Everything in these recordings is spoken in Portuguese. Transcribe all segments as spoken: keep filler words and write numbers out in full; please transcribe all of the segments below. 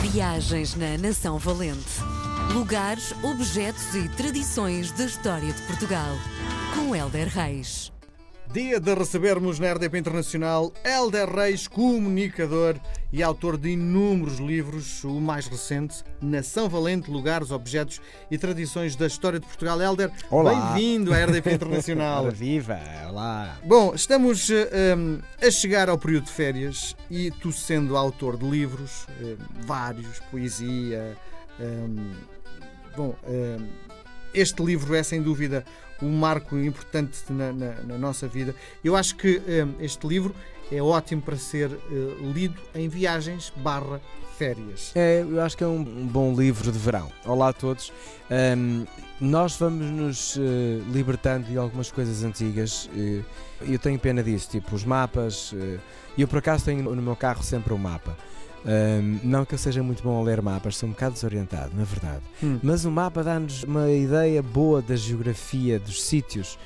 Viagens na Nação Valente. Lugares, objetos e tradições da história de Portugal. Com Hélder Reis. Dia de recebermos na R D P Internacional Hélder Reis, comunicador e autor de inúmeros livros, o mais recente, Nação Valente, Lugares, Objetos e Tradições da História de Portugal. Hélder, bem-vindo à R D P Internacional. Ora viva, olá. Bom, estamos um, a chegar ao período de férias e tu, sendo autor de livros, um, vários, poesia, um, bom, um, este livro é sem dúvida um marco importante na, na, na nossa vida. Eu acho que um, este livro é ótimo para ser uh, lido em viagens barra férias. É, eu acho que é um, um bom livro de verão. Olá a todos. Um, nós vamos nos uh, libertando de algumas coisas antigas. Uh, eu tenho pena disso, tipo os mapas. Uh, eu por acaso tenho no meu carro sempre um mapa. Um, não que eu seja muito bom a ler mapas, sou um bocado desorientado, na verdade. Hum. Mas o mapa dá-nos uma ideia boa da geografia dos sítios,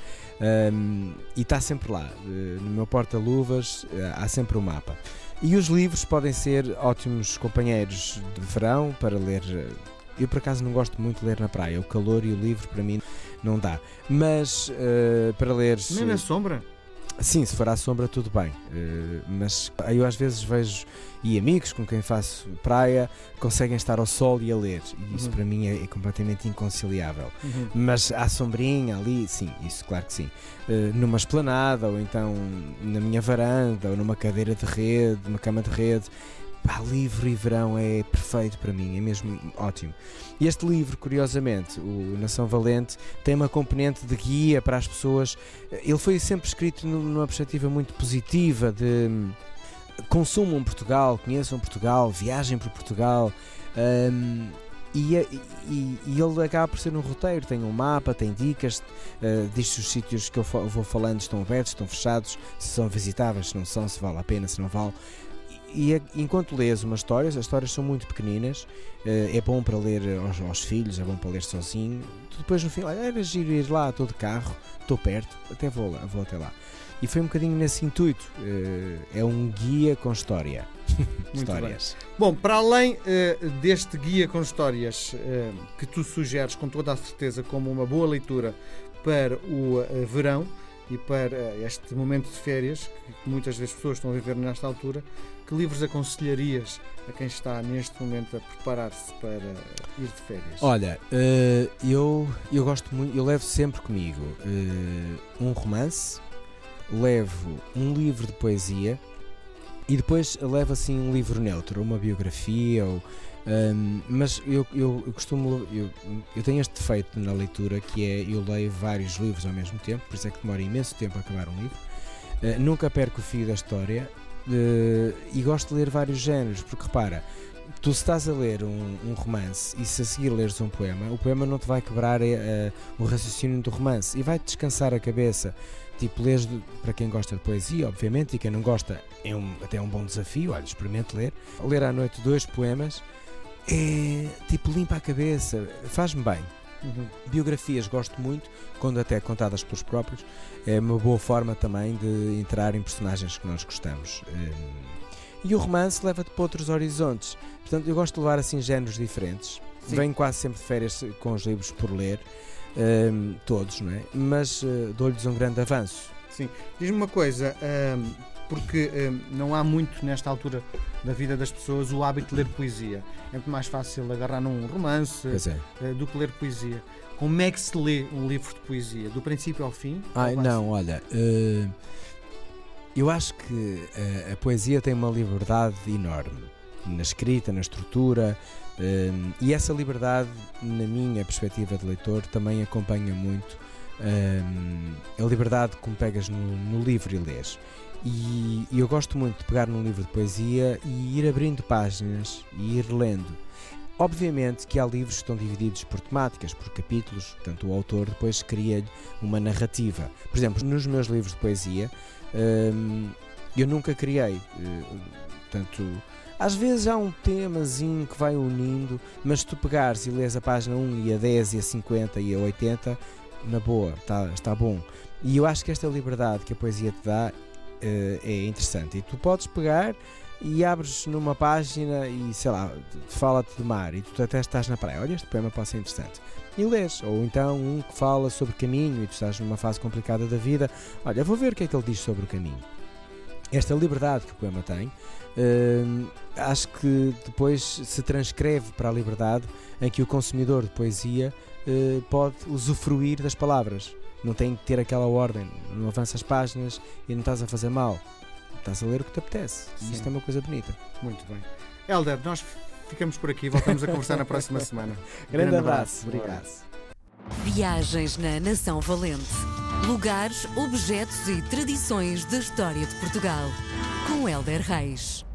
um, e está sempre lá. Uh, no meu porta-luvas uh, há sempre um mapa. E os livros podem ser ótimos companheiros de verão para ler. Eu por acaso não gosto muito de ler na praia, o calor e o livro para mim não dá. Mas uh, para ler. Nem na sombra? Sim, se for à sombra tudo bem, uh, mas eu às vezes vejo, e amigos com quem faço praia conseguem estar ao sol e a ler, e isso uhum. para mim é, é completamente inconciliável. Uhum. Mas à sombrinha ali, sim, isso claro que sim. Uh, numa esplanada, ou então na minha varanda, ou numa cadeira de rede, numa cama de rede. Pá, livro e verão é perfeito para mim, é mesmo ótimo. E este livro, curiosamente, o Nação Valente, tem uma componente de guia para as pessoas. Ele foi sempre escrito numa perspectiva muito positiva de consumam Portugal, conheçam Portugal, viajem por Portugal. Um, E, e, e ele acaba por ser um roteiro, tem um mapa, tem dicas, uh, diz se os sítios que eu vou falando estão abertos, estão fechados, se são visitáveis, se não são, se vale a pena, se não vale. E, e enquanto lês uma história, as histórias são muito pequeninas, uh, é bom para ler aos, aos filhos, é bom para ler sozinho. Depois no fim, olha, era giro ir lá, estou de carro, estou perto, até vou lá, vou até lá. E foi um bocadinho nesse intuito, uh, é um guia com história. Histórias. Bem. Bom, para além uh, deste guia com histórias uh, que tu sugeres com toda a certeza como uma boa leitura para o uh, verão e para uh, este momento de férias que muitas vezes pessoas estão a viver nesta altura, que livros aconselharias a quem está neste momento a preparar-se para ir de férias? Olha, uh, eu, eu gosto muito, eu levo sempre comigo uh, um romance, levo um livro de poesia. E depois levo assim um livro neutro, uma biografia, ou, um, mas eu, eu, eu costumo, eu, eu tenho este defeito na leitura que é, eu leio vários livros ao mesmo tempo, por isso é que demora imenso tempo a acabar um livro, uh, nunca perco o fio da história, uh, e gosto de ler vários géneros, porque repara, tu se estás a ler um, um romance e se a seguir leres um poema, o poema não te vai quebrar uh, o raciocínio do romance e vai-te descansar a cabeça. Tipo, lês, para quem gosta de poesia, obviamente, e quem não gosta é um, até um bom desafio, olha, experimente ler. Ler à noite dois poemas é, tipo, limpa a cabeça, faz-me bem. Uhum. Biografias gosto muito, quando até contadas pelos próprios, é uma boa forma também de entrar em personagens que nós gostamos. E o romance leva-te para outros horizontes, portanto eu gosto de levar assim géneros diferentes. Sim. Venho quase sempre de férias com os livros por ler. Um, todos, não é? Mas uh, dou-lhes um grande avanço. Sim, diz-me uma coisa, um, porque um, não há muito nesta altura da vida das pessoas o hábito de ler poesia. É muito mais fácil agarrar num romance é. uh, do que ler poesia. Como é que se lê um livro de poesia? Do princípio ao fim? Ai, não, olha, uh, eu acho que uh, a poesia tem uma liberdade enorme na escrita, na estrutura. Um, e essa liberdade, na minha perspectiva de leitor, também acompanha muito um, a liberdade como pegas no, no livro e lês. E, e eu gosto muito de pegar num livro de poesia e ir abrindo páginas e ir lendo. Obviamente que há livros que estão divididos por temáticas, por capítulos, portanto o autor depois cria-lhe uma narrativa. Por exemplo, nos meus livros de poesia, um, eu nunca criei, uh, portanto... Às vezes há um temazinho que vai unindo, mas se tu pegares e lês a página um e a dez e a cinquenta e a oitenta, na boa, está, está bom. E eu acho que esta liberdade que a poesia te dá uh, é interessante. E tu podes pegar e abres numa página e sei lá, fala-te do mar e tu até estás na praia, olha, este poema pode ser interessante e lês, ou então um que fala sobre caminho e tu estás numa fase complicada da vida, olha, vou ver o que é que ele diz sobre o caminho. Esta liberdade que o poema tem, hum, acho que depois se transcreve para a liberdade em que o consumidor de poesia hum, pode usufruir das palavras, não tem que ter aquela ordem, não avança as páginas e não estás a fazer mal, estás a ler o que te apetece. E isto é uma coisa bonita. Muito bem. Hélder, nós ficamos por aqui, voltamos a conversar na próxima semana. Grande, Grande abraço. abraço. Obrigado. Viagens na Nação Valente. Lugares, objetos e tradições da história de Portugal. Com Hélder Reis.